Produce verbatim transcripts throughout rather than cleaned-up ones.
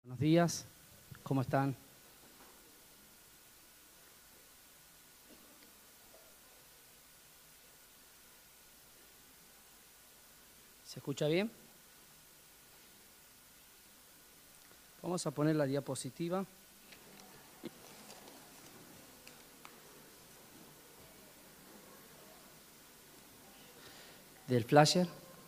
Buenos días, ¿cómo están? ¿Se escucha bien? Vamos a poner la diapositiva. Del flasher.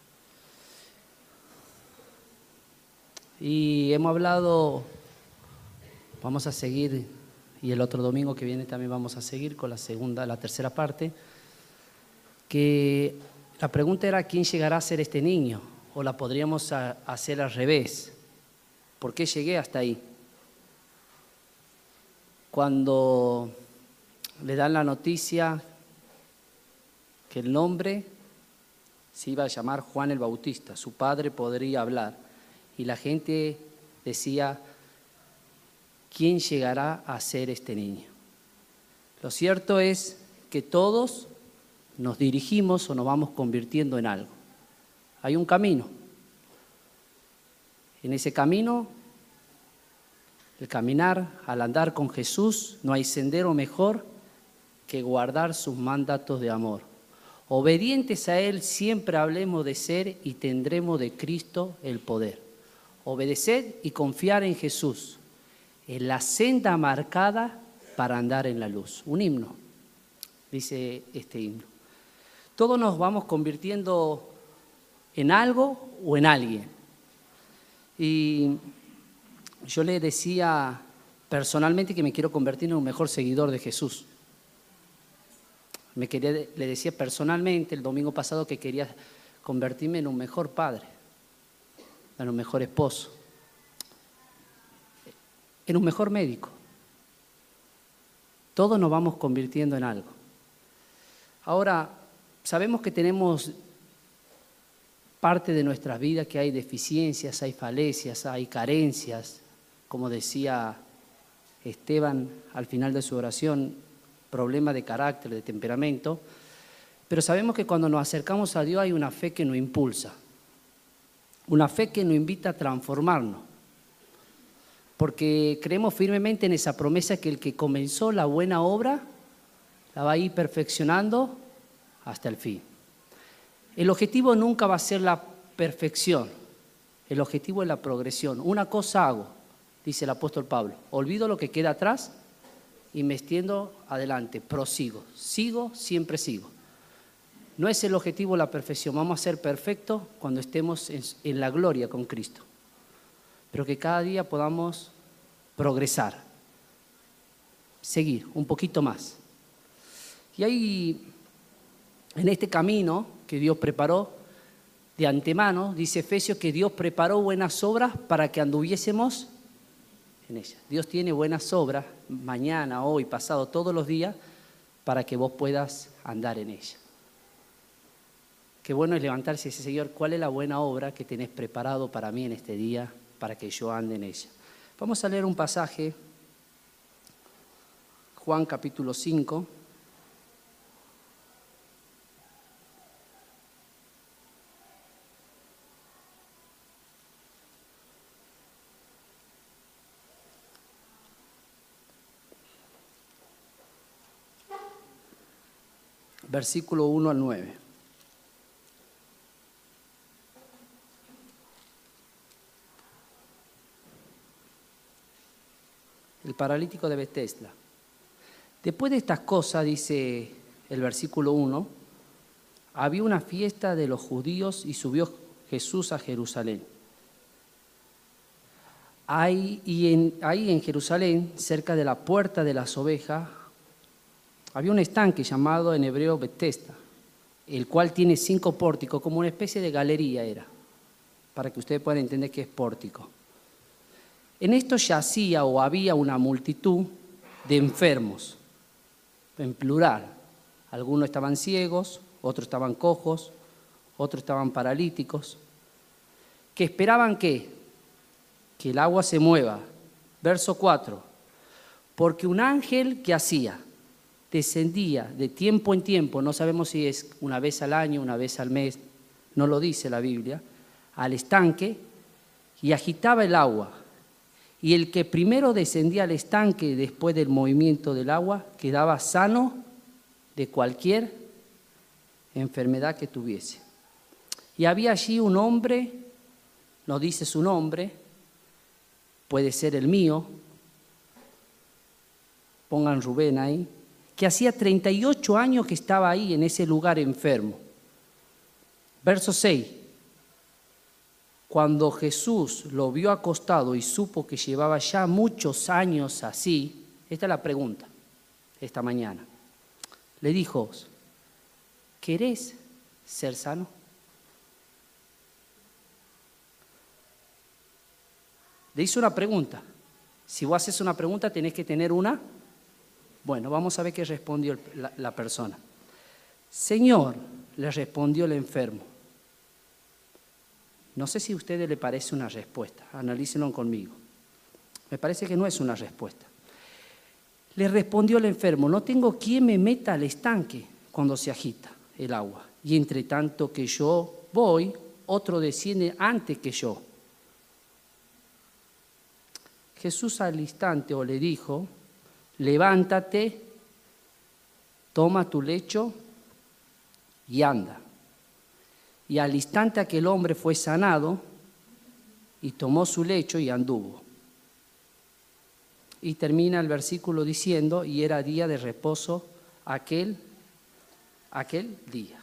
Y hemos hablado, vamos a seguir, y el otro domingo que viene también vamos a seguir con la segunda, la tercera parte, que la pregunta era ¿quién llegará a ser este niño? O la podríamos a, hacer al revés. ¿Por qué llegué hasta ahí? Cuando le dan la noticia que el nombre se iba a llamar Juan el Bautista, su padre podría hablar. Y la gente decía, ¿quién llegará a ser este niño? Lo cierto es que todos nos dirigimos o nos vamos convirtiendo en algo. Hay un camino. En ese camino, el caminar, al andar con Jesús, no hay sendero mejor que guardar sus mandatos de amor. Obedientes a Él siempre hablemos de ser y tendremos de Cristo el poder. Obedecer y confiar en Jesús, en la senda marcada para andar en la luz. Un himno, dice este himno. Todos nos vamos convirtiendo en algo o en alguien. Y yo le decía personalmente que me quiero convertir en un mejor seguidor de Jesús. Me quería, le decía personalmente el domingo pasado que quería convertirme en un mejor padre, en un mejor esposo, en un mejor médico. Todos nos vamos convirtiendo en algo. Ahora, sabemos que tenemos parte de nuestras vidas que hay deficiencias, hay falencias, hay carencias, como decía Esteban al final de su oración, problema de carácter, de temperamento, pero sabemos que cuando nos acercamos a Dios hay una fe que nos impulsa. Una fe que nos invita a transformarnos, porque creemos firmemente en esa promesa que el que comenzó la buena obra la va a ir perfeccionando hasta el fin. El objetivo nunca va a ser la perfección, el objetivo es la progresión. Una cosa hago, dice el apóstol Pablo, olvido lo que queda atrás y me extiendo adelante, prosigo, sigo, siempre sigo. No es el objetivo la perfección, vamos a ser perfectos cuando estemos en, en la gloria con Cristo. Pero que cada día podamos progresar, seguir un poquito más. Y ahí, en este camino que Dios preparó de antemano, dice Efesios que Dios preparó buenas obras para que anduviésemos en ellas. Dios tiene buenas obras, mañana, hoy, pasado, todos los días, para que vos puedas andar en ellas. Qué bueno es levantarse y decir, Señor, ¿cuál es la buena obra que tenés preparado para mí en este día para que yo ande en ella? Vamos a leer un pasaje, Juan capítulo cinco. Versículo uno al nueve. El paralítico de Betesda. Después de estas cosas, dice el versículo uno, había una fiesta de los judíos y subió Jesús a Jerusalén. Ahí, y en, ahí en Jerusalén, cerca de la puerta de las ovejas, había un estanque llamado en hebreo Betesda, el cual tiene cinco pórticos, como una especie de galería era, para que ustedes puedan entender qué es pórtico. En esto yacía o había una multitud de enfermos, en plural. Algunos estaban ciegos, otros estaban cojos, otros estaban paralíticos, que esperaban ¿qué? Que el agua se mueva. Verso cuatro. Porque un ángel que hacía, descendía de tiempo en tiempo, no sabemos si es una vez al año, una vez al mes, no lo dice la Biblia, al estanque y agitaba el agua. Y el que primero descendía al estanque después del movimiento del agua quedaba sano de cualquier enfermedad que tuviese. Y había allí un hombre, no dice su nombre, puede ser el mío, pongan Rubén ahí, que hacía treinta y ocho años que estaba ahí en ese lugar enfermo. Verso seis. Cuando Jesús lo vio acostado y supo que llevaba ya muchos años así, esta es la pregunta esta mañana, le dijo, ¿querés ser sano? Le hizo una pregunta. Si vos haces una pregunta, tenés que tener una. Bueno, vamos a ver qué respondió la, la persona. Señor, le respondió el enfermo. No sé si a ustedes les parece una respuesta, analícenlo conmigo. Me parece que no es una respuesta. Le respondió el enfermo, no tengo quien me meta al estanque cuando se agita el agua. Y entre tanto que yo voy, otro desciende antes que yo. Jesús al instante o le dijo, levántate, toma tu lecho y anda. Y al instante aquel hombre fue sanado y tomó su lecho y anduvo. Y termina el versículo diciendo, y era día de reposo aquel, aquel día.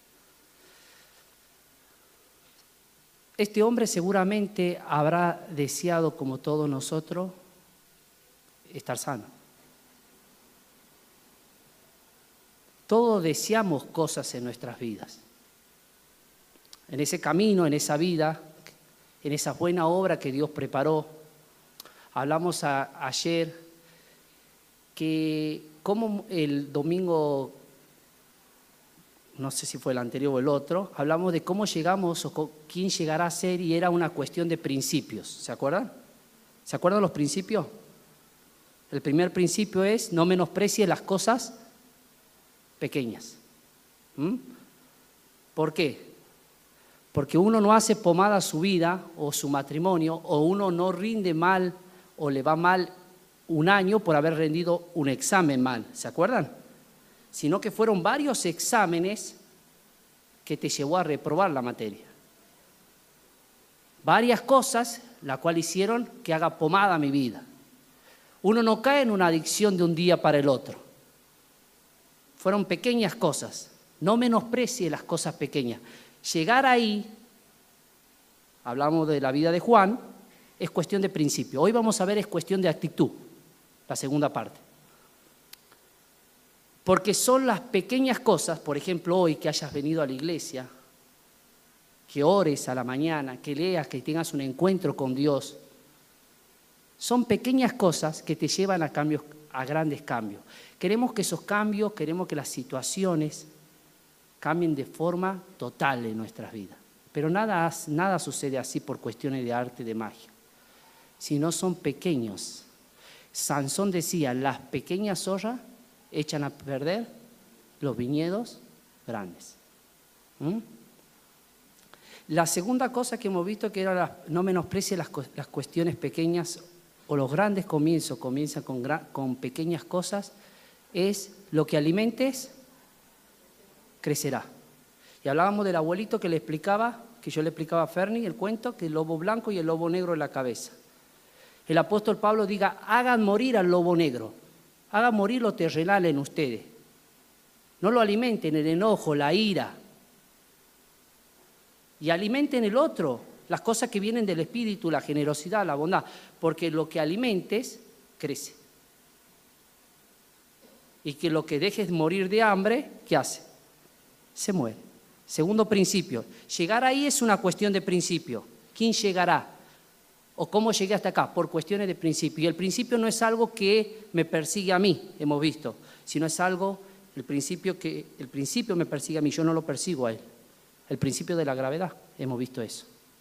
Este hombre seguramente habrá deseado, como todos nosotros, estar sano. Todos deseamos cosas en nuestras vidas. En ese camino, en esa vida, en esa buena obra que Dios preparó. Hablamos a, ayer que como el domingo, no sé si fue el anterior o el otro, hablamos de cómo llegamos o quién llegará a ser y era una cuestión de principios. ¿Se acuerdan? ¿Se acuerdan los principios? El primer principio es no menosprecie las cosas pequeñas. ¿Mm? ¿Por qué? Porque uno no hace pomada a su vida o su matrimonio, o uno no rinde mal o le va mal un año por haber rendido un examen mal, ¿se acuerdan? Sino que fueron varios exámenes que te llevó a reprobar la materia. Varias cosas, la cual hicieron que haga pomada mi vida. Uno no cae en una adicción de un día para el otro. Fueron pequeñas cosas. No menosprecie las cosas pequeñas. Llegar ahí, hablamos de la vida de Juan, es cuestión de principio. Hoy vamos a ver es cuestión de actitud, la segunda parte. Porque son las pequeñas cosas, por ejemplo, hoy que hayas venido a la iglesia, que ores a la mañana, que leas, que tengas un encuentro con Dios. Son pequeñas cosas que te llevan a cambios, a grandes cambios. Queremos que esos cambios, queremos que las situaciones cambien de forma total en nuestras vidas. Pero nada, nada sucede así por cuestiones de arte, de magia. Si no son pequeños. Sansón decía, las pequeñas zorras echan a perder los viñedos grandes. ¿Mm? La segunda cosa que hemos visto que era la, no menosprecie las, las cuestiones pequeñas o los grandes comienzos, comienzan con, con pequeñas cosas, es lo que alimentes, crecerá. Y hablábamos del abuelito que le explicaba, que yo le explicaba a Ferni el cuento, que el lobo blanco y el lobo negro en la cabeza. El apóstol Pablo diga, hagan morir al lobo negro, hagan morir lo terrenal en ustedes. No lo alimenten el enojo, la ira. Y alimenten el otro, las cosas que vienen del espíritu, la generosidad, la bondad, porque lo que alimentes crece. Y que lo que dejes morir de hambre, ¿qué hace? Se muere. Segundo principio, llegar ahí es una cuestión de principio. ¿Quién llegará? ¿O cómo llegué hasta acá? Por cuestiones de principio. Y el principio no es algo que me persigue a mí, hemos visto, sino es algo, el principio que el principio me persigue a mí, yo no lo persigo a él. El principio de la gravedad, hemos visto eso.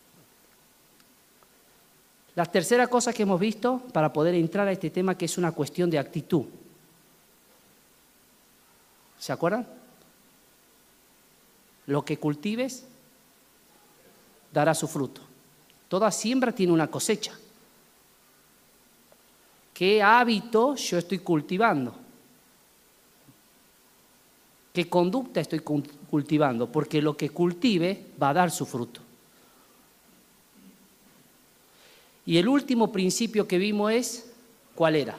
La tercera cosa que hemos visto para poder entrar a este tema, que es una cuestión de actitud. ¿Se acuerdan? Lo que cultives dará su fruto. Toda siembra tiene una cosecha. ¿Qué hábito yo estoy cultivando? ¿Qué conducta estoy cultivando? Porque lo que cultive va a dar su fruto. Y el último principio que vimos es, ¿cuál era?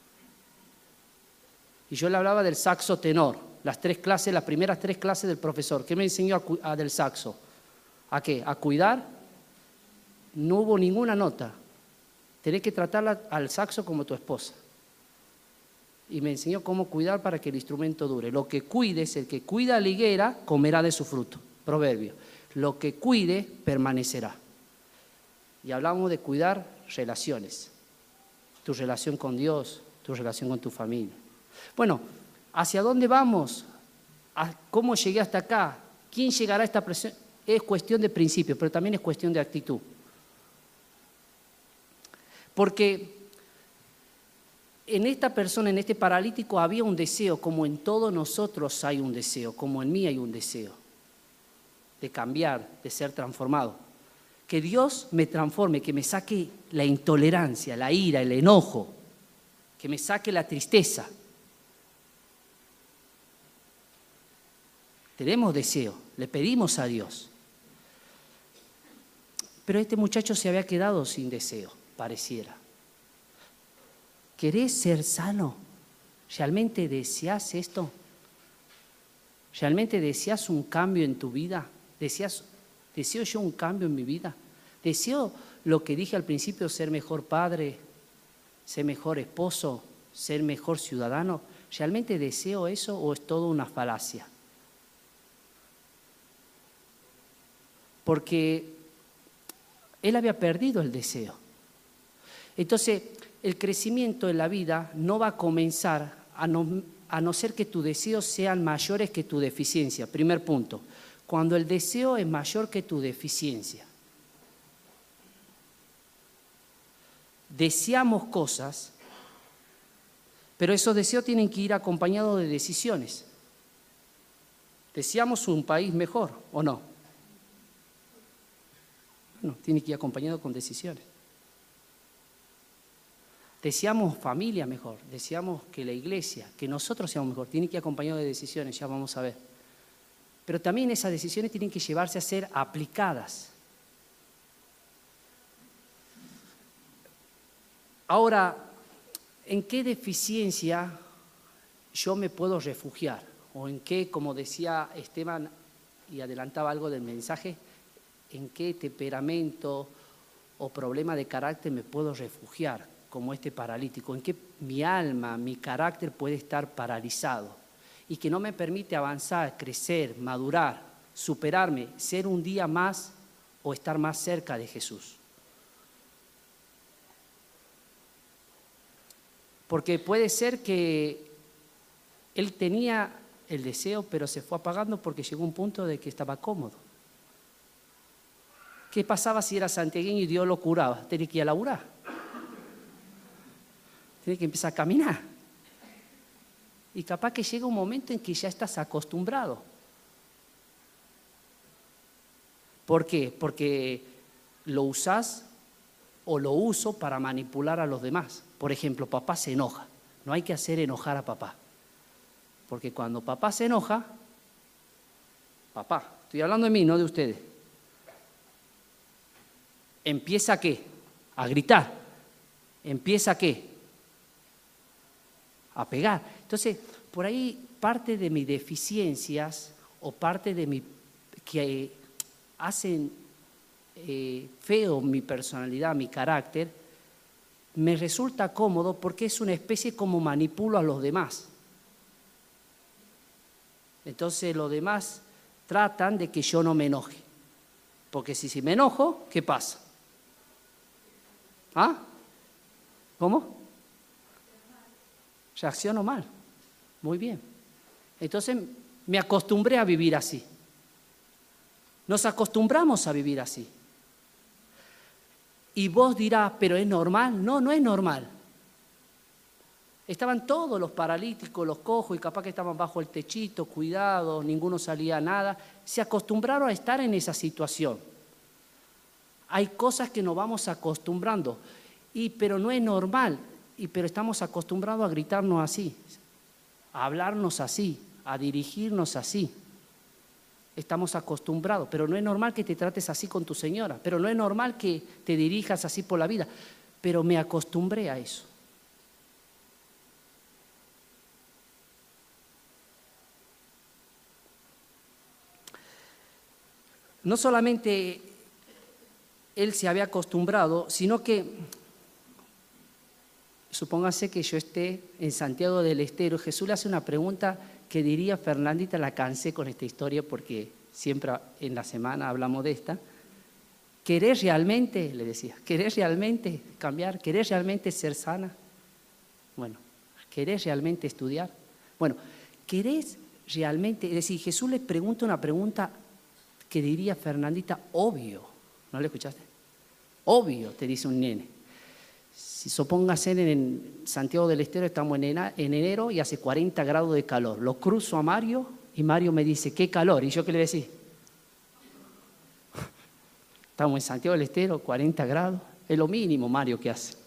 Y yo le hablaba del saxo tenor, las tres clases, las primeras tres clases del profesor. ¿Qué me enseñó a, a del saxo? ¿A qué? A cuidar. No hubo ninguna nota. Tenés que tratarla al saxo como tu esposa. Y me enseñó cómo cuidar para que el instrumento dure. Lo que cuides, el que cuida la higuera, comerá de su fruto. Proverbio. Lo que cuide, permanecerá. Y hablamos de cuidar relaciones. Tu relación con Dios, tu relación con tu familia. Bueno, ¿hacia dónde vamos? ¿Cómo llegué hasta acá? ¿Quién llegará a esta presión? Es cuestión de principio, pero también es cuestión de actitud. Porque en esta persona, en este paralítico, había un deseo, como en todos nosotros hay un deseo, como en mí hay un deseo, de cambiar, de ser transformado. Que Dios me transforme, que me saque la intolerancia, la ira, el enojo, que me saque la tristeza. Tenemos deseo, le pedimos a Dios. Pero este muchacho se había quedado sin deseo, pareciera. ¿Querés ser sano? ¿Realmente deseas esto? ¿Realmente deseas un cambio en tu vida? ¿Deseas, ¿Deseo yo un cambio en mi vida? ¿Deseo lo que dije al principio, ser mejor padre, ser mejor esposo, ser mejor ciudadano? ¿Realmente deseo eso o es todo una falacia? Porque él había perdido el deseo. Entonces, el crecimiento en la vida no va a comenzar a no, a no ser que tus deseos sean mayores que tu deficiencia. Primer punto, cuando el deseo es mayor que tu deficiencia. Deseamos cosas, pero esos deseos tienen que ir acompañados de decisiones. Deseamos un país mejor, ¿o no? Bueno, tiene que ir acompañado con decisiones. Deseamos familia mejor, deseamos que la iglesia, que nosotros seamos mejor, tiene que ir acompañado de decisiones, ya vamos a ver. Pero también esas decisiones tienen que llevarse a ser aplicadas. Ahora, ¿en qué deficiencia yo me puedo refugiar? ¿O en qué, como decía Esteban y adelantaba algo del mensaje, en qué temperamento o problema de carácter me puedo refugiar como este paralítico? ¿En qué mi alma, mi carácter puede estar paralizado y que no me permite avanzar, crecer, madurar, superarme, ser un día más o estar más cerca de Jesús? Porque puede ser que él tenía el deseo, pero se fue apagando porque llegó un punto de que estaba cómodo. ¿Qué pasaba si era santiagueño y Dios lo curaba? Tenía que ir a laburar. Tenía que empezar a caminar. Y capaz que llega un momento en que ya estás acostumbrado. ¿Por qué? Porque lo usás o lo uso para manipular a los demás. Por ejemplo, papá se enoja. No hay que hacer enojar a papá. Porque cuando papá se enoja, papá, estoy hablando de mí, no de ustedes, empieza ¿a qué? A gritar. Empieza ¿a qué? A pegar. Entonces, por ahí parte de mis deficiencias o parte de mi que hacen eh, feo mi personalidad, mi carácter, me resulta cómodo porque es una especie como manipulo a los demás. Entonces los demás tratan de que yo no me enoje. Porque si, si me enojo, ¿qué pasa? ¿Ah? ¿Cómo? Reacciono mal. Muy bien. Entonces me acostumbré a vivir así. Nos acostumbramos a vivir así. Y vos dirás, ¿pero es normal? No, no es normal. Estaban todos los paralíticos, los cojos, y capaz que estaban bajo el techito, cuidados, ninguno salía a nada. Se acostumbraron a estar en esa situación. Hay cosas que nos vamos acostumbrando, y, pero no es normal. y, pero estamos acostumbrados a gritarnos así, a hablarnos así, a dirigirnos así. Estamos acostumbrados, pero no es normal que te trates así con tu señora, pero no es normal que te dirijas así por la vida, pero me acostumbré a eso. No solamente él se había acostumbrado, sino que, supóngase que yo esté en Santiago del Estero, Jesús le hace una pregunta que diría, Fernandita, la cansé con esta historia porque siempre en la semana hablamos de esta. ¿Querés realmente, le decía, querés realmente cambiar? ¿Querés realmente ser sana? Bueno, ¿querés realmente estudiar? Bueno, ¿querés realmente? Es decir, Jesús le pregunta una pregunta que diría, Fernandita, obvio. ¿No le escuchaste? Obvio, te dice un nene. Si supóngase en Santiago del Estero, estamos en enero y hace cuarenta grados de calor. Lo cruzo a Mario y Mario me dice, ¿qué calor? ¿Y yo qué le decía? Estamos en Santiago del Estero, cuarenta grados. Es lo mínimo, Mario, que hace.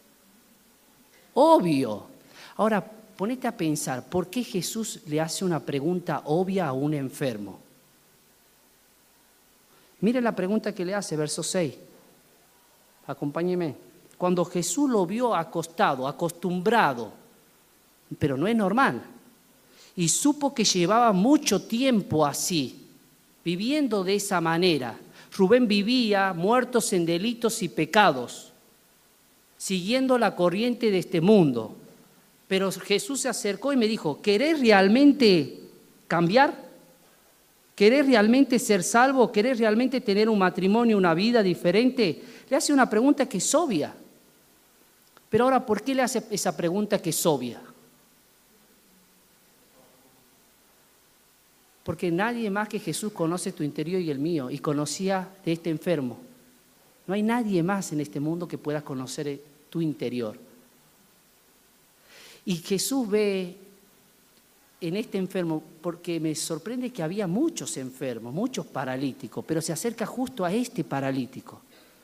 Obvio. Ahora, ponete a pensar, ¿por qué Jesús le hace una pregunta obvia a un enfermo? Mire la pregunta que le hace, verso seis. Acompáñeme. Cuando Jesús lo vio acostado, acostumbrado, pero no es normal, y supo que llevaba mucho tiempo así, viviendo de esa manera. Rubén vivía muertos en delitos y pecados, siguiendo la corriente de este mundo. Pero Jesús se acercó y me dijo, ¿querés realmente cambiar? ¿Querés realmente ser salvo? ¿Querés realmente tener un matrimonio, una vida diferente? Le hace una pregunta que es obvia. Pero ahora, ¿por qué le hace esa pregunta que es obvia? Porque nadie más que Jesús conoce tu interior y el mío, y conocía de este enfermo. No hay nadie más en este mundo que pueda conocer tu interior. Y Jesús ve en este enfermo, porque me sorprende que había muchos enfermos, muchos paralíticos, pero se acerca justo a este paralítico.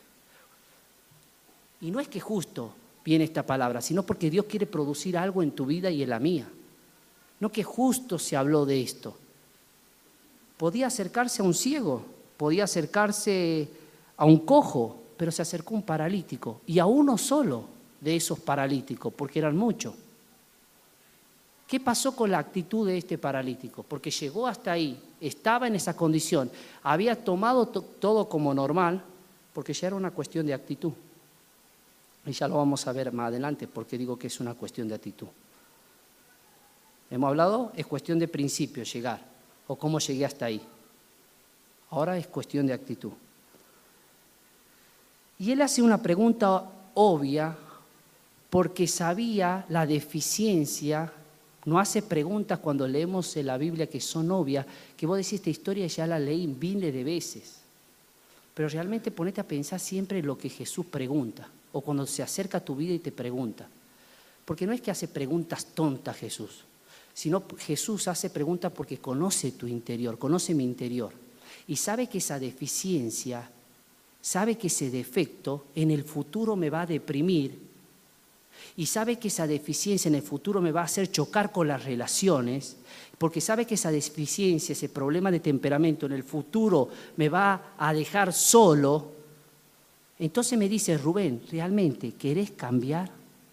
Y no es que justo viene esta palabra, sino porque Dios quiere producir algo en tu vida y en la mía. No que justo se habló de esto. Podía acercarse a un ciego, podía acercarse a un cojo, pero se acercó un paralítico, y a uno solo de esos paralíticos, porque eran muchos. ¿Qué pasó con la actitud de este paralítico? Porque llegó hasta ahí, estaba en esa condición, había tomado to- todo como normal, porque ya era una cuestión de actitud. Y ya lo vamos a ver más adelante, porque digo que es una cuestión de actitud. Hemos hablado, es cuestión de principio llegar, o cómo llegué hasta ahí. Ahora es cuestión de actitud. Y él hace una pregunta obvia, porque sabía la deficiencia. No hace preguntas cuando leemos en la Biblia que son obvias, que vos decís, esta historia ya la leí miles de veces. Pero realmente ponete a pensar siempre en lo que Jesús pregunta, o cuando se acerca a tu vida y te pregunta. Porque no es que hace preguntas tontas Jesús, sino Jesús hace preguntas porque conoce tu interior, conoce mi interior. Y sabe que esa deficiencia, sabe que ese defecto en el futuro me va a deprimir. Y sabe que esa deficiencia en el futuro me va a hacer chocar con las relaciones, porque sabe que esa deficiencia, ese problema de temperamento en el futuro me va a dejar solo. Entonces me dice, Rubén, ¿realmente querés cambiar?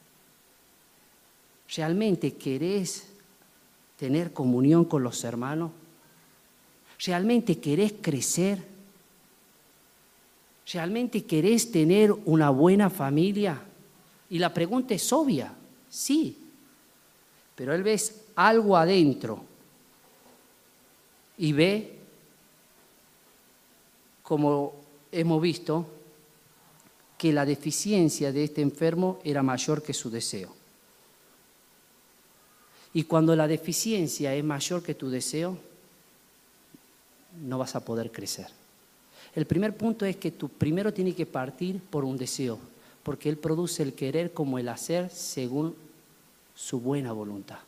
¿Realmente querés tener comunión con los hermanos? ¿Realmente querés crecer? ¿Realmente querés tener una buena familia? Y la pregunta es obvia, sí, pero él ve algo adentro y ve, como hemos visto, que la deficiencia de este enfermo era mayor que su deseo. Y cuando la deficiencia es mayor que tu deseo, no vas a poder crecer. El primer punto es que tú primero tienes que partir por un deseo, porque Él produce el querer como el hacer según su buena voluntad.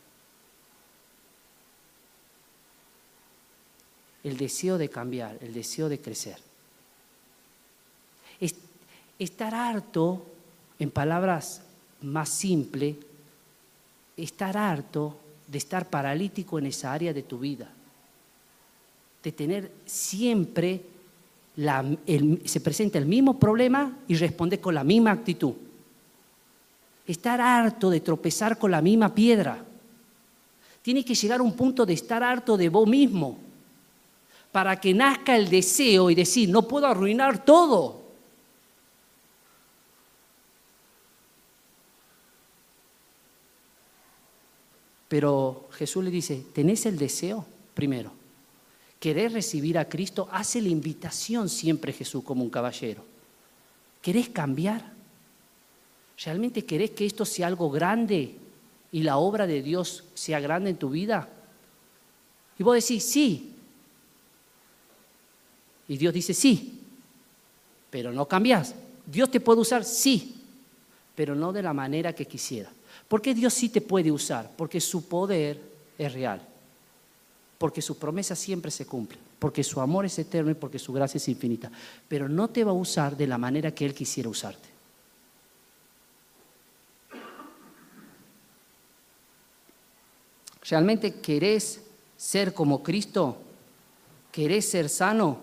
El deseo de cambiar, el deseo de crecer. Estar harto, en palabras más simple, estar harto de estar paralítico en esa área de tu vida, de tener siempre, la, el, se presenta el mismo problema y responde con la misma actitud. Estar harto de tropezar con la misma piedra. Tiene que llegar a un punto de estar harto de vos mismo para que nazca el deseo y decir, no puedo arruinar todo. Pero Jesús le dice, ¿tenés el deseo? Primero, ¿querés recibir a Cristo? Hace la invitación siempre Jesús como un caballero. ¿Querés cambiar? ¿Realmente querés que esto sea algo grande y la obra de Dios sea grande en tu vida? Y vos decís, sí. Y Dios dice, sí, pero no cambiás. Dios te puede usar, sí, pero no de la manera que quisiera. ¿Por qué Dios sí te puede usar? Porque su poder es real, porque sus promesas siempre se cumplen, porque su amor es eterno y porque su gracia es infinita. Pero no te va a usar de la manera que Él quisiera usarte. ¿Realmente querés ser como Cristo? ¿Querés ser sano?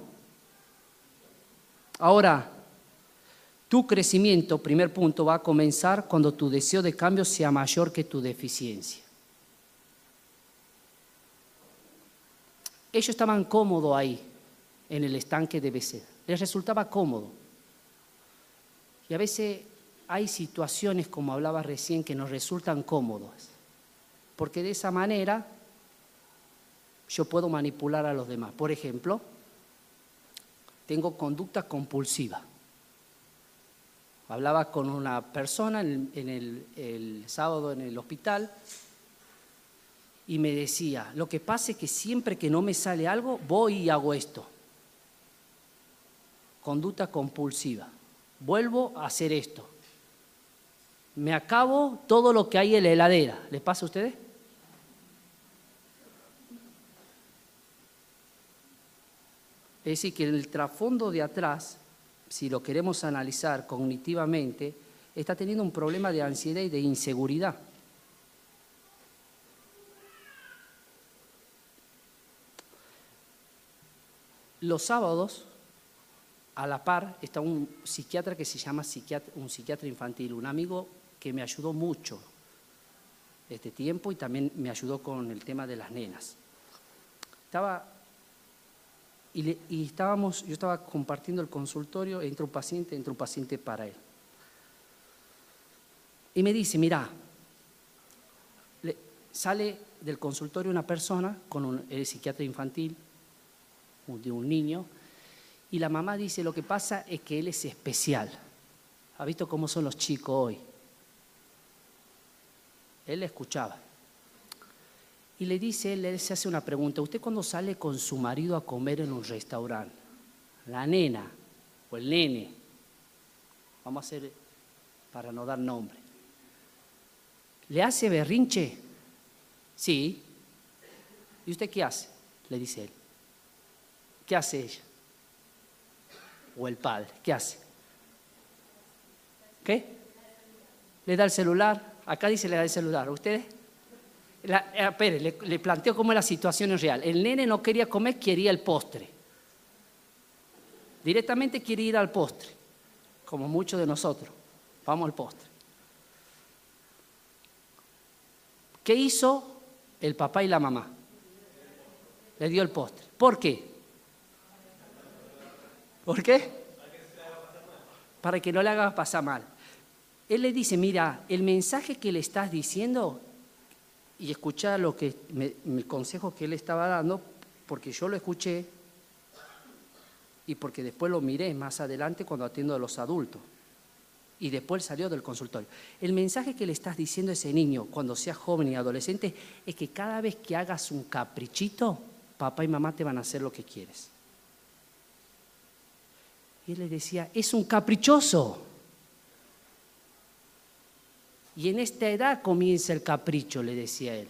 Ahora, tu crecimiento, primer punto, va a comenzar cuando tu deseo de cambio sea mayor que tu deficiencia. Ellos estaban cómodos ahí, en el estanque de Bethesda. Les resultaba cómodo. Y a veces hay situaciones, como hablaba recién, que nos resultan cómodas. Porque de esa manera yo puedo manipular a los demás. Por ejemplo, tengo conducta compulsiva. Hablaba con una persona en, en el, el sábado en el hospital y me decía, lo que pasa es que siempre que no me sale algo, voy y hago esto. Conducta compulsiva. Vuelvo a hacer esto. Me acabo todo lo que hay en la heladera. ¿Les pasa a ustedes? Es decir, que el trasfondo de atrás, si lo queremos analizar cognitivamente, está teniendo un problema de ansiedad y de inseguridad. Los sábados, a la par, está un psiquiatra que se llama psiquiatra, un psiquiatra infantil, un amigo que me ayudó mucho este tiempo y también me ayudó con el tema de las nenas. Estaba... Y, le, y estábamos, yo estaba compartiendo el consultorio, entra un paciente, entra un paciente para él. Y me dice, mira, le, sale del consultorio una persona con un el psiquiatra infantil, de un niño, y la mamá dice, lo que pasa es que él es especial. ¿Ha visto cómo son los chicos hoy? Él le escuchaba. Y le dice, él, él se hace una pregunta, ¿usted cuando sale con su marido a comer en un restaurante, la nena o el nene, vamos a hacer para no dar nombre, ¿le hace berrinche? Sí. ¿Y usted qué hace? Le dice él. ¿Qué hace ella? O el padre, ¿qué hace? ¿Qué? ¿Le da el celular? Acá dice le da el celular, ¿ustedes? La, eh, espere, le, le planteo cómo es la situación en real. El nene no quería comer, quería el postre. Directamente quiere ir al postre, como muchos de nosotros. Vamos al postre. ¿Qué hizo el papá y la mamá? Le dio el postre. ¿Por qué? ¿Por qué? Para que no le haga pasar mal. Él le dice, mira, el mensaje que le estás diciendo... Y escuchar lo que me, el consejo que él estaba dando, porque yo lo escuché y porque después lo miré más adelante cuando atiendo a los adultos. Y después salió del consultorio. El mensaje que le estás diciendo a ese niño cuando sea joven y adolescente es que cada vez que hagas un caprichito, papá y mamá te van a hacer lo que quieres. Y él le decía, es un caprichoso. Y en esta edad comienza el capricho, le decía él.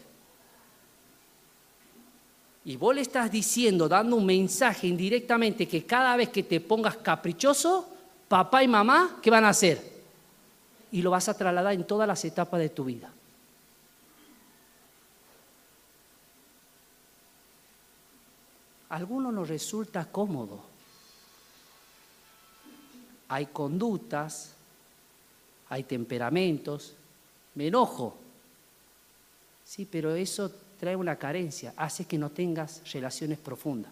Y vos le estás diciendo, dando un mensaje indirectamente, que cada vez que te pongas caprichoso, papá y mamá, ¿qué van a hacer? y lo vas a trasladar en todas las etapas de tu vida. A algunos nos resulta cómodo. Hay conductas, hay temperamentos, me enojo. Sí, pero eso trae una carencia, hace que no tengas relaciones profundas.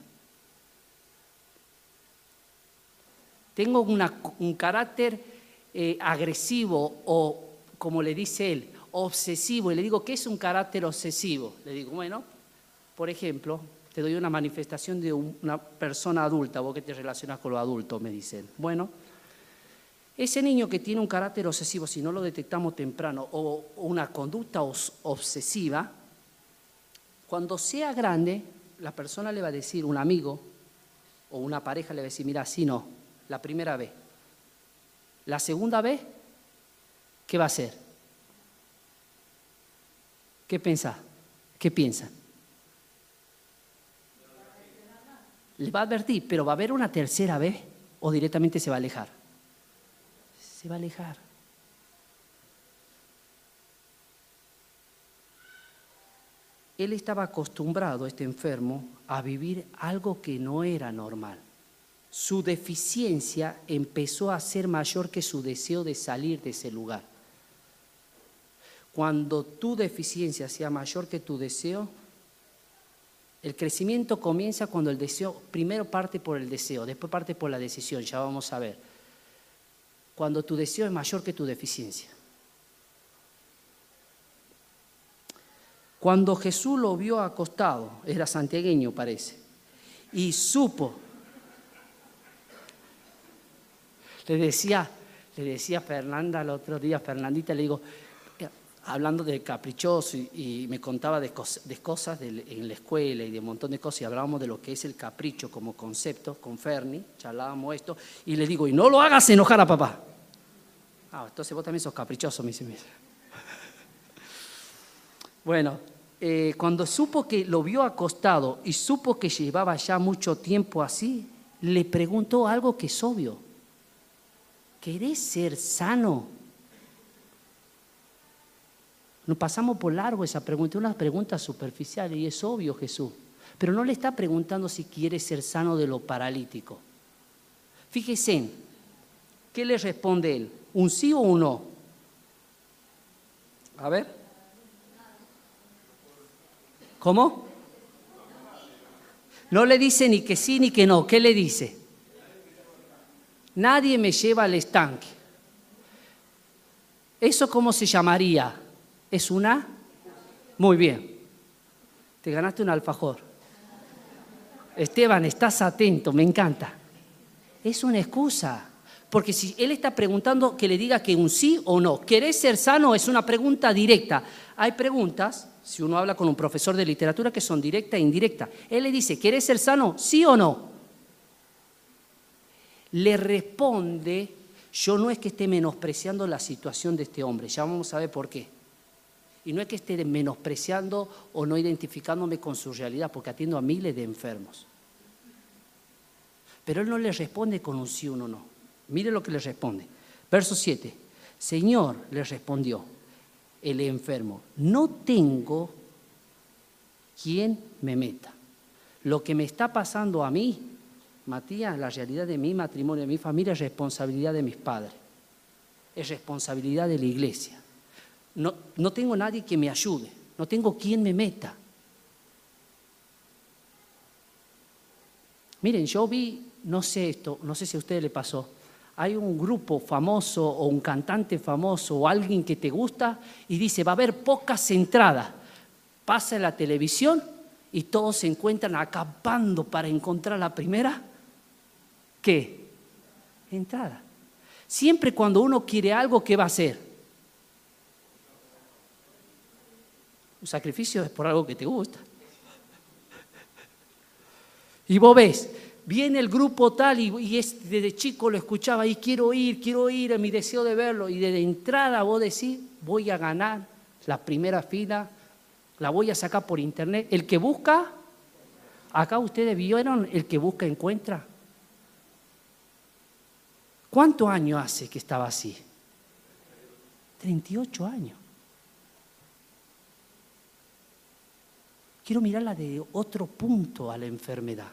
Tengo una, un carácter eh, agresivo o, como le dice él, obsesivo. Y le digo, ¿qué es un carácter obsesivo? Le digo, bueno, por ejemplo, te doy una manifestación de un, una persona adulta, vos que te relacionas con los adultos, me dicen. Bueno, ese niño que tiene un carácter obsesivo, si no lo detectamos temprano, o, o una conducta os, obsesiva, cuando sea grande, la persona le va a decir, un amigo o una pareja le va a decir, mira, así no, la primera vez. La segunda vez, ¿qué va a hacer? ¿Qué piensa? ¿Qué piensan? Le va a advertir, pero ¿va a haber una tercera vez o directamente se va a alejar? Se va a alejar. Él estaba acostumbrado, este enfermo, a vivir algo que no era normal. Su deficiencia empezó a ser mayor que su deseo de salir de ese lugar. Cuando tu deficiencia sea mayor que tu deseo, el crecimiento comienza cuando el deseo, primero parte por el deseo, después parte por la decisión, ya vamos a ver. Cuando tu deseo es mayor que tu deficiencia. Cuando Jesús lo vio acostado, era santiagueño parece, y supo, le decía, le decía a Fernanda el otro día, Fernandita, le digo, hablando de caprichoso y, y me contaba de, cos, de cosas de, en la escuela y de un montón de cosas y hablábamos de lo que es el capricho como concepto con Ferni, charlábamos esto y le digo, y no lo hagas enojar a papá. Ah, entonces vos también sos caprichoso, me dice. Bueno, eh, cuando supo que lo vio acostado y supo que llevaba ya mucho tiempo así, le preguntó algo que es obvio. ¿Querés ser sano? Nos pasamos por largo esa pregunta, una pregunta superficial y es obvio Jesús, pero no le está preguntando si quiere ser sano de lo paralítico. Fíjese, ¿qué le responde él? ¿Un sí o un no? A ver. ¿Cómo? No le dice ni que sí ni que no, ¿qué le dice? Nadie me lleva al estanque. ¿Eso cómo se llamaría? ¿Es una? Muy bien. Te ganaste un alfajor. Esteban, estás atento, me encanta. Es una excusa. Porque si él está preguntando que le diga que un sí o no. ¿Querés ser sano? Es una pregunta directa. Hay preguntas, si uno habla con un profesor de literatura, que son directa e indirecta. Él le dice, ¿querés ser sano? ¿Sí o no? Le responde, yo no es que esté menospreciando la situación de este hombre. Ya vamos a ver por qué. Y no es que esté menospreciando o no identificándome con su realidad, porque atiendo a miles de enfermos. Pero él no le responde con un sí o un no. Mire lo que le responde. Verso siete. Señor, le respondió el enfermo, no tengo quien me meta. Lo que me está pasando a mí, Matías, la realidad de mi matrimonio, de mi familia, es responsabilidad de mis padres. Es responsabilidad de la iglesia. No, no tengo nadie que me ayude, no tengo quien me meta. Miren, yo vi, no sé esto, no sé si a ustedes les pasó, hay un grupo famoso o un cantante famoso o alguien que te gusta y dice, va a haber pocas entradas. Pasa en la televisión y todos se encuentran acampando para encontrar la primera, ¿qué? Entrada. Siempre cuando uno quiere algo, ¿qué va a hacer? Un sacrificio es por algo que te gusta. Y vos ves, viene el grupo tal y, y es, desde chico lo escuchaba y quiero ir, quiero ir, es mi deseo de verlo. Y desde entrada vos decís, voy a ganar la primera fila, la voy a sacar por internet. El que busca, acá ustedes vieron, el que busca encuentra. ¿Cuántos años hace que estaba así? treinta y ocho años. Quiero mirarla de otro punto a la enfermedad.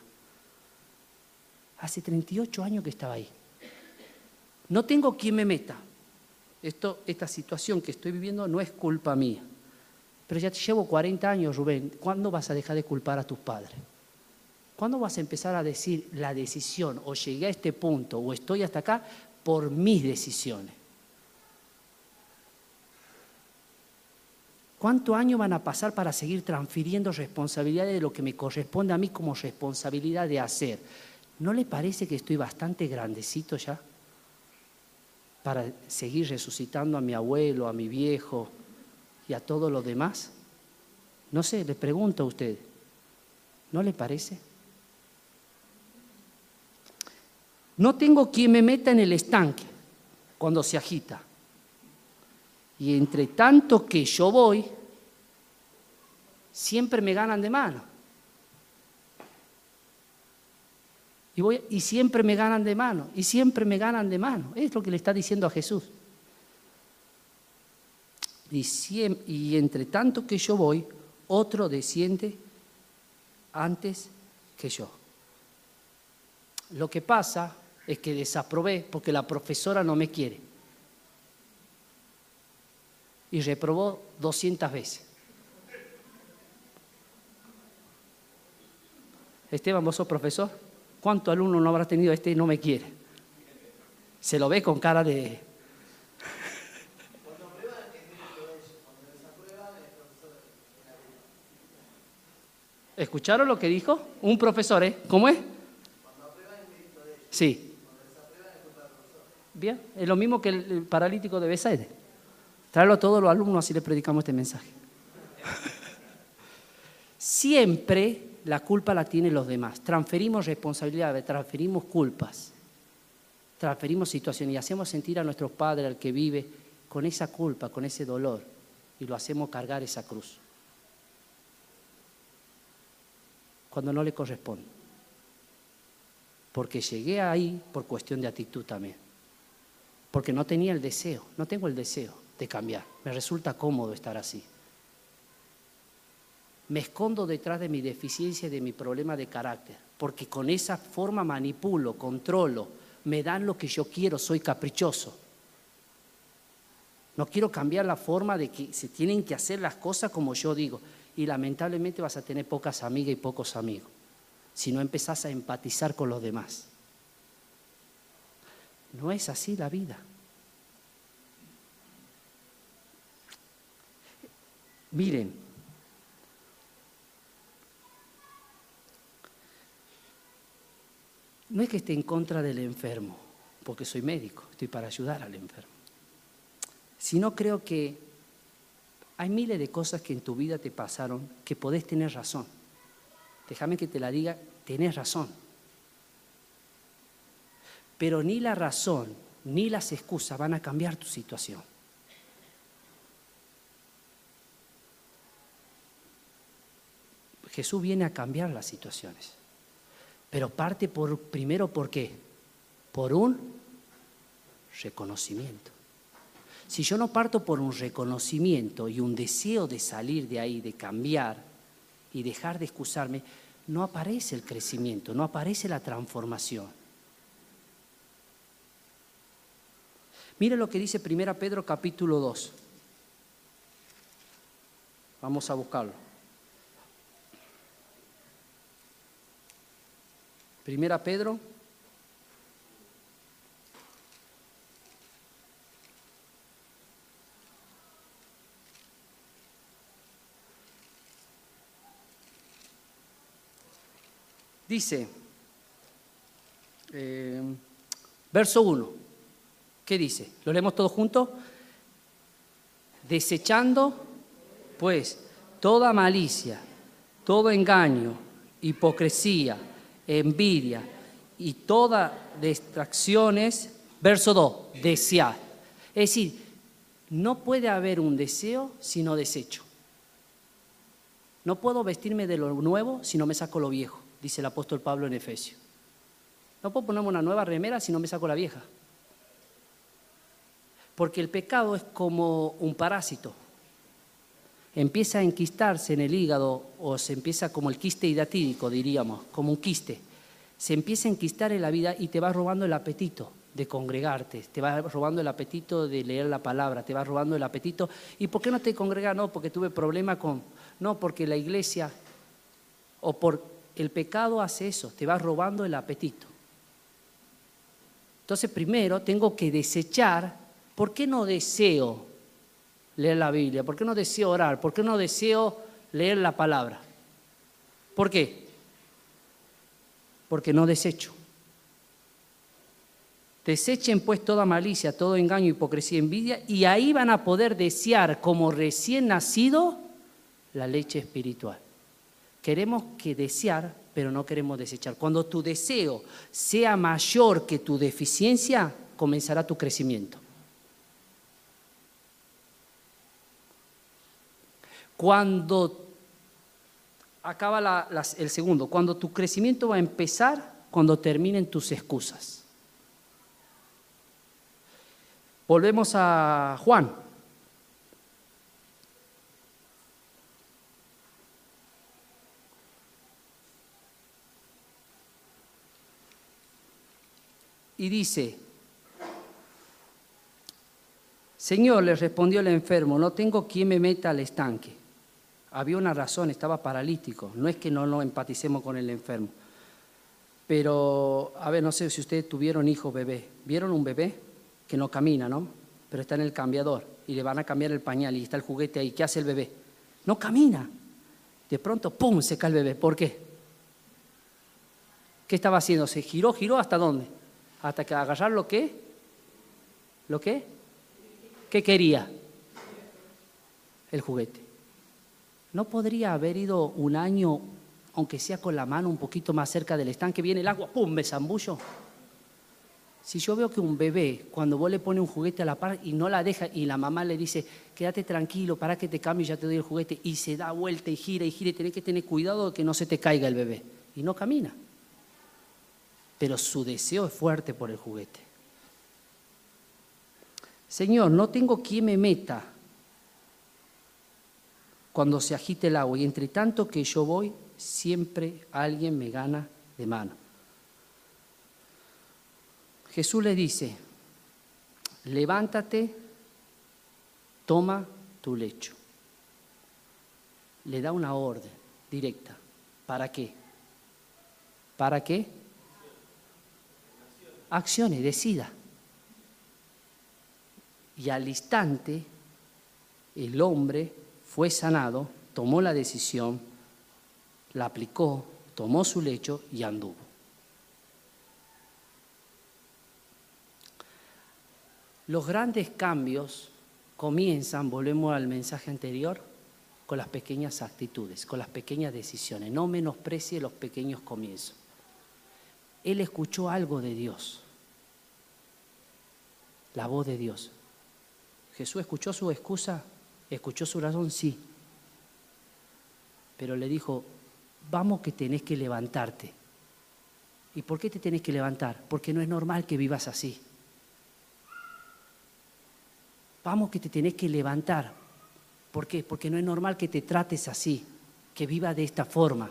Hace treinta y ocho años que estaba ahí. No tengo quien me meta. Esto, esta situación que estoy viviendo no es culpa mía. Pero ya llevo cuarenta años, Rubén. ¿Cuándo vas a dejar de culpar a tus padres? ¿Cuándo vas a empezar a decir la decisión, o llegué a este punto, o estoy hasta acá, por mis decisiones? ¿Cuántos años van a pasar para seguir transfiriendo responsabilidades de lo que me corresponde a mí como responsabilidad de hacer? ¿No le parece que estoy bastante grandecito ya para seguir resucitando a mi abuelo, a mi viejo y a todos los demás? No sé, le pregunto a usted, ¿no le parece? No tengo quien me meta en el estanque cuando se agita. Y entre tanto que yo voy, siempre me ganan de mano. Y, voy, y siempre me ganan de mano, y siempre me ganan de mano. Es lo que le está diciendo a Jesús. Y, siempre, y entre tanto que yo voy, otro desciende antes que yo. Lo que pasa es que desaprobé porque la profesora no me quiere. Y reprobó doscientas veces. Esteban, ¿vos sos profesor? ¿Cuántos alumnos no habrá tenido este y no me quiere? Se lo ve con cara de... ¿Escucharon lo que dijo? Un profesor, ¿eh? ¿Cómo es? Sí. Bien, es lo mismo que el paralítico de Bethsaida. Tráelo a todos los alumnos, así les predicamos este mensaje. Siempre la culpa la tienen los demás. Transferimos responsabilidades, transferimos culpas, transferimos situaciones y hacemos sentir a nuestros padres, al que vive, con esa culpa, con ese dolor, y lo hacemos cargar esa cruz cuando no le corresponde. Porque llegué ahí por cuestión de actitud también. Porque no tenía el deseo, no tengo el deseo de cambiar. Me resulta cómodo estar así. Me escondo detrás de mi deficiencia y de mi problema de carácter, porque con esa forma manipulo, controlo, me dan lo que yo quiero, soy caprichoso. No quiero cambiar la forma de que se tienen que hacer las cosas como yo digo. Y lamentablemente vas a tener pocas amigas y pocos amigos, si no empezás a empatizar con los demás. No es así la vida. Miren, no es que esté en contra del enfermo, porque soy médico, estoy para ayudar al enfermo, sino creo que hay miles de cosas que en tu vida te pasaron que podés tener razón. Déjame que te la diga, tenés razón. Pero ni la razón ni las excusas van a cambiar tu situación. Jesús viene a cambiar las situaciones. Pero parte por, primero, ¿por qué? Por un reconocimiento. Si yo no parto por un reconocimiento y un deseo de salir de ahí, de cambiar y dejar de excusarme, no aparece el crecimiento, no aparece la transformación. Mira lo que dice primera Pedro capítulo dos. Vamos a buscarlo. Primera Pedro dice, eh, verso uno, ¿qué dice? ¿Lo leemos todos juntos? Desechando, pues, toda malicia, todo engaño, hipocresía, envidia y todas distracciones, verso dos, desear. Es decir, no puede haber un deseo sino desecho. No puedo vestirme de lo nuevo si no me saco lo viejo, dice el apóstol Pablo en Efesios. No puedo ponerme una nueva remera si no me saco la vieja. Porque el pecado es como un parásito. Empieza a enquistarse en el hígado, o se empieza como el quiste hidatídico, diríamos, como un quiste. Se empieza a enquistar en la vida y te va robando el apetito de congregarte, te va robando el apetito de leer la palabra, te va robando el apetito. ¿Y por qué no te congregas? No, porque tuve problema con... No, porque la iglesia o por el pecado hace eso, te va robando el apetito. Entonces primero tengo que desechar. ¿Por qué no deseo leer la Biblia? ¿Por qué no deseo orar? ¿Por qué no deseo leer la palabra? ¿Por qué? Porque no desecho. Desechen pues toda malicia, todo engaño, hipocresía, envidia, y ahí van a poder desear como recién nacido la leche espiritual. Queremos que desear, pero no queremos desechar. Cuando tu deseo sea mayor que tu deficiencia, comenzará tu crecimiento. Cuando acaba la, la, el segundo, cuando tu crecimiento va a empezar, cuando terminen tus excusas. Volvemos a Juan. Y dice, Señor, le respondió el enfermo, no tengo quien me meta al estanque. Había una razón, estaba paralítico. No es que no lo empaticemos con el enfermo. Pero, a ver, no sé si ustedes tuvieron hijos bebé. ¿Vieron un bebé que no camina, no? Pero está en el cambiador y le van a cambiar el pañal y está el juguete ahí. ¿Qué hace el bebé? No camina. De pronto, ¡pum!, se cae el bebé. ¿Por qué? ¿Qué estaba haciendo? Se giró, giró, ¿hasta dónde? Hasta que agarrar lo que, ¿lo qué? ¿Qué quería? El juguete. ¿No podría haber ido un año, aunque sea con la mano un poquito más cerca del estanque, viene el agua, ¡pum!, me zambullo? Si yo veo que un bebé, cuando vos le pones un juguete a la par y no la deja, y la mamá le dice, quédate tranquilo, para que te cambie y ya te doy el juguete, y se da vuelta y gira y gira, y tenés que tener cuidado de que no se te caiga el bebé. Y no camina. Pero su deseo es fuerte por el juguete. Señor, no tengo quien me meta cuando se agite el agua, y entre tanto que yo voy, siempre alguien me gana de mano. Jesús le dice, levántate, toma tu lecho. Le da una orden directa. ¿Para qué? ¿Para qué? Acciones, decida. Y al instante, el hombre fue sanado, tomó la decisión, la aplicó, tomó su lecho y anduvo. Los grandes cambios comienzan, volvemos al mensaje anterior, con las pequeñas actitudes, con las pequeñas decisiones. No menosprecie los pequeños comienzos. Él escuchó algo de Dios, la voz de Dios. Jesús escuchó su excusa, escuchó su razón, sí. Pero le dijo, vamos que tenés que levantarte. ¿Y por qué te tenés que levantar? Porque no es normal que vivas así. Vamos que te tenés que levantar. ¿Por qué? Porque no es normal que te trates así, que vivas de esta forma.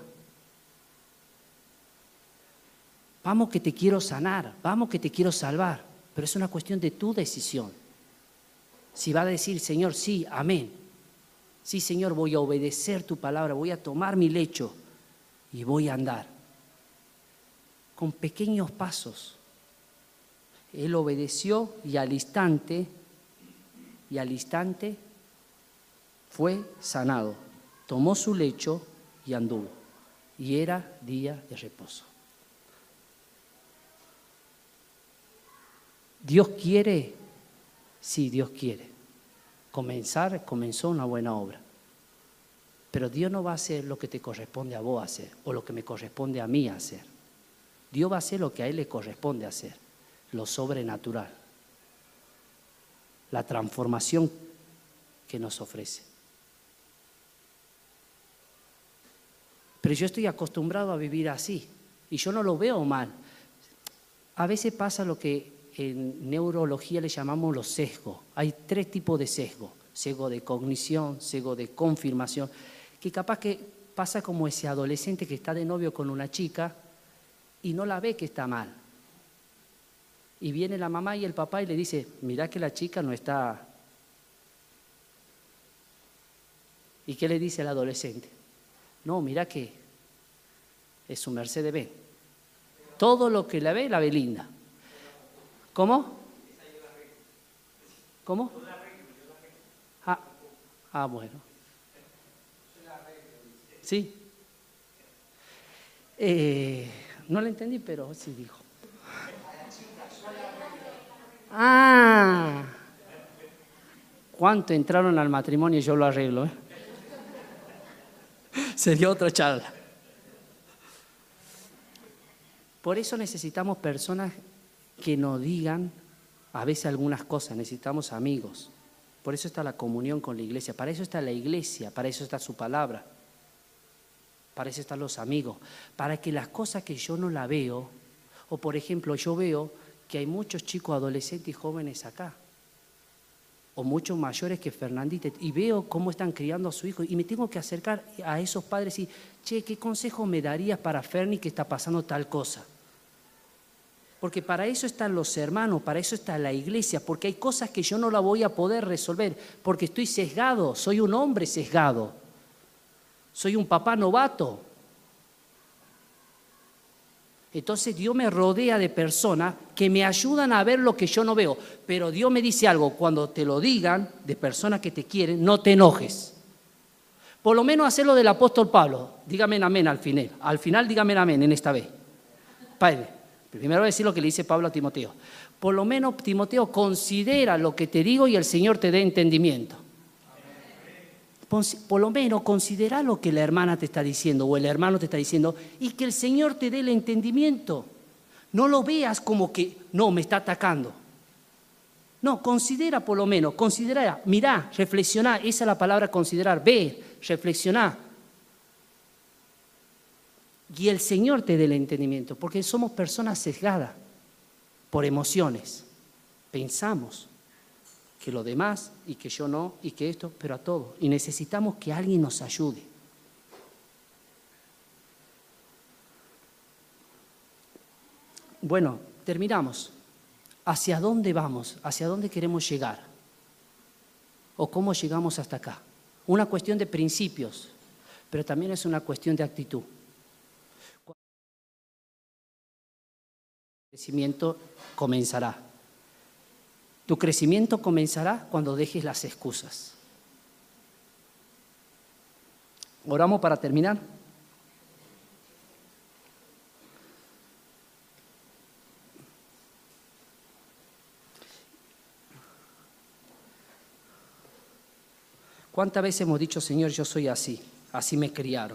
Vamos que te quiero sanar, vamos que te quiero salvar, pero es una cuestión de tu decisión. Si va a decir, Señor, sí, amén. Sí, Señor, voy a obedecer tu palabra, voy a tomar mi lecho y voy a andar. Con pequeños pasos. Él obedeció y al instante, y al instante fue sanado. Tomó su lecho y anduvo. Y era día de reposo. ¿Dios quiere? Sí, Dios quiere. Comenzar, comenzó una buena obra. Pero Dios no va a hacer lo que te corresponde a vos hacer o lo que me corresponde a mí hacer. Dios va a hacer lo que a Él le corresponde hacer, lo sobrenatural, la transformación que nos ofrece. Pero yo estoy acostumbrado a vivir así y yo no lo veo mal. A veces pasa lo que en neurología le llamamos los sesgos. Hay tres tipos de sesgo: sesgo de cognición, sesgo de confirmación, que capaz que pasa como ese adolescente que está de novio con una chica y no la ve que está mal. Y viene la mamá y el papá y le dice, mirá que la chica no está... ¿Y qué le dice el adolescente? No, mirá que es su Mercedes-Benz. Todo lo que la ve, la ve linda. ¿Cómo? ¿Cómo? Ah, ah bueno. Sí. Eh, no lo entendí, pero sí dijo. Ah. ¿Cuánto entraron al matrimonio y yo lo arreglo? ¿eh? Sería otra charla. Por eso necesitamos personas que nos digan a veces algunas cosas, necesitamos amigos. Por eso está la comunión con la iglesia, para eso está la iglesia, para eso está su palabra, para eso están los amigos, para que las cosas que yo no la veo, o por ejemplo yo veo que hay muchos chicos adolescentes y jóvenes acá, o muchos mayores que Fernandita, y veo cómo están criando a su hijo y me tengo que acercar a esos padres y, che, ¿qué consejo me darías para Ferni que está pasando tal cosa? Porque para eso están los hermanos, para eso está la iglesia, porque hay cosas que yo no la voy a poder resolver, porque estoy sesgado, soy un hombre sesgado, soy un papá novato. Entonces Dios me rodea de personas que me ayudan a ver lo que yo no veo, pero Dios me dice algo, cuando te lo digan de personas que te quieren, no te enojes. Por lo menos hacer lo del apóstol Pablo, dígame amén al final, al final dígame amén en esta vez. Padre. Primero voy a decir lo que le dice Pablo a Timoteo. Por lo menos, Timoteo, considera lo que te digo y el Señor te dé entendimiento. Por lo menos, considera lo que la hermana te está diciendo o el hermano te está diciendo y que el Señor te dé el entendimiento. No lo veas como que, no, me está atacando. No, considera por lo menos, considera, mirá, reflexiona, esa es la palabra considerar, ve, reflexiona. Y el Señor te dé el entendimiento, porque somos personas sesgadas por emociones. Pensamos que lo demás y que yo no y que esto, pero a todo. Y necesitamos que alguien nos ayude. Bueno, terminamos. ¿Hacia dónde vamos? ¿Hacia dónde queremos llegar? ¿O cómo llegamos hasta acá? Una cuestión de principios, pero también es una cuestión de actitud. Tu crecimiento comenzará. Tu crecimiento comenzará cuando dejes las excusas. Oramos para terminar. ¿Cuántas veces hemos dicho, Señor, yo soy así, así me criaron?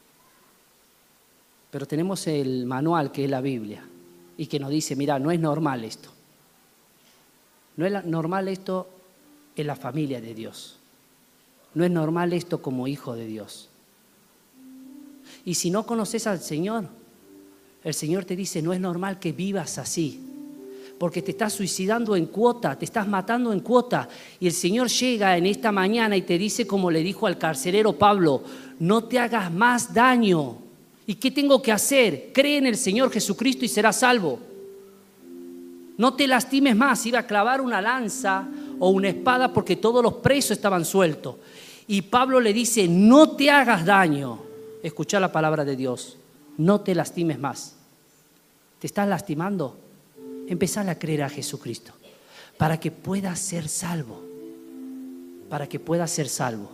Pero tenemos el manual que es la Biblia. Y que nos dice, mira, no es normal esto. No es normal esto en la familia de Dios. No es normal esto como hijo de Dios. Y si no conoces al Señor, el Señor te dice, no es normal que vivas así. Porque te estás suicidando en cuota, te estás matando en cuota. Y el Señor llega en esta mañana y te dice, como le dijo al carcelero Pablo, no te hagas más daño. ¿Y qué tengo que hacer? Cree en el Señor Jesucristo y serás salvo. No te lastimes más. Iba a clavar una lanza o una espada porque todos los presos estaban sueltos. Y Pablo le dice, no te hagas daño. Escucha la palabra de Dios. No te lastimes más. ¿Te estás lastimando? Empezá a creer a Jesucristo para que puedas ser salvo. Para que puedas ser salvo.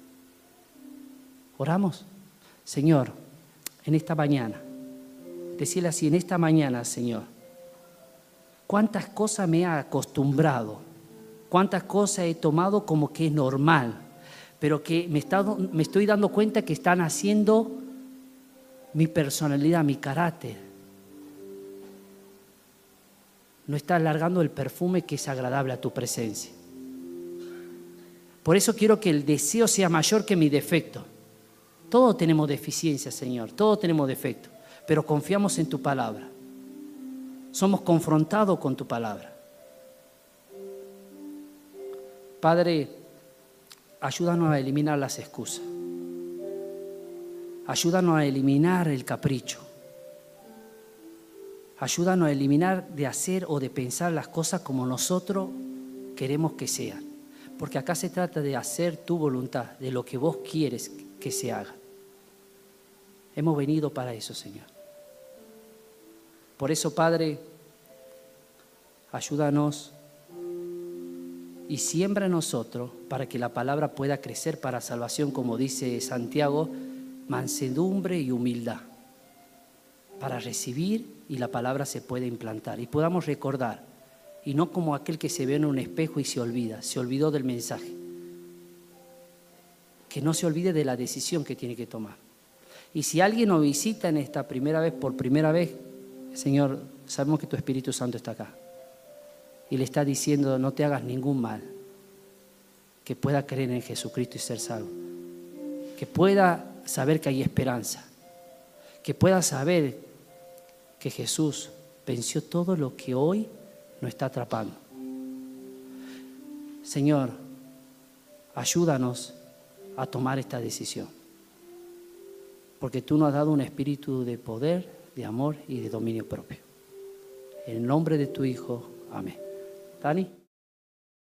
¿Oramos? Señor, en esta mañana, decirle así, en esta mañana, Señor, cuántas cosas me he acostumbrado, cuántas cosas he tomado como que es normal, pero que me, está, me estoy dando cuenta que están haciendo mi personalidad, mi carácter. No está alargando el perfume que es agradable a tu presencia. Por eso quiero que el deseo sea mayor que mi defecto. Todos tenemos deficiencias, Señor, todos tenemos defectos, pero confiamos en tu palabra. somos confrontados con tu palabra. Padre, ayúdanos a eliminar las excusas. Ayúdanos a eliminar el capricho. Ayúdanos a eliminar de hacer o de pensar las cosas como nosotros queremos que sean. Porque acá se trata de hacer tu voluntad, de lo que vos quieres que se haga. Hemos venido para eso, Señor. Por eso, Padre, ayúdanos y siembra en nosotros para que la palabra pueda crecer para salvación, como dice Santiago, mansedumbre y humildad, para recibir y la palabra se pueda implantar y podamos recordar, y no como aquel que se ve en un espejo y se olvida, se olvidó del mensaje, que no se olvide de la decisión que tiene que tomar. Y si alguien nos visita en esta primera vez, por primera vez, Señor, sabemos que tu Espíritu Santo está acá y le está diciendo, no te hagas ningún mal, que pueda creer en Jesucristo y ser salvo, que pueda saber que hay esperanza, que pueda saber que Jesús venció todo lo que hoy nos está atrapando. Señor, ayúdanos a tomar esta decisión, porque tú nos has dado un espíritu de poder, de amor y de dominio propio. En el nombre de tu Hijo, amén. Dani.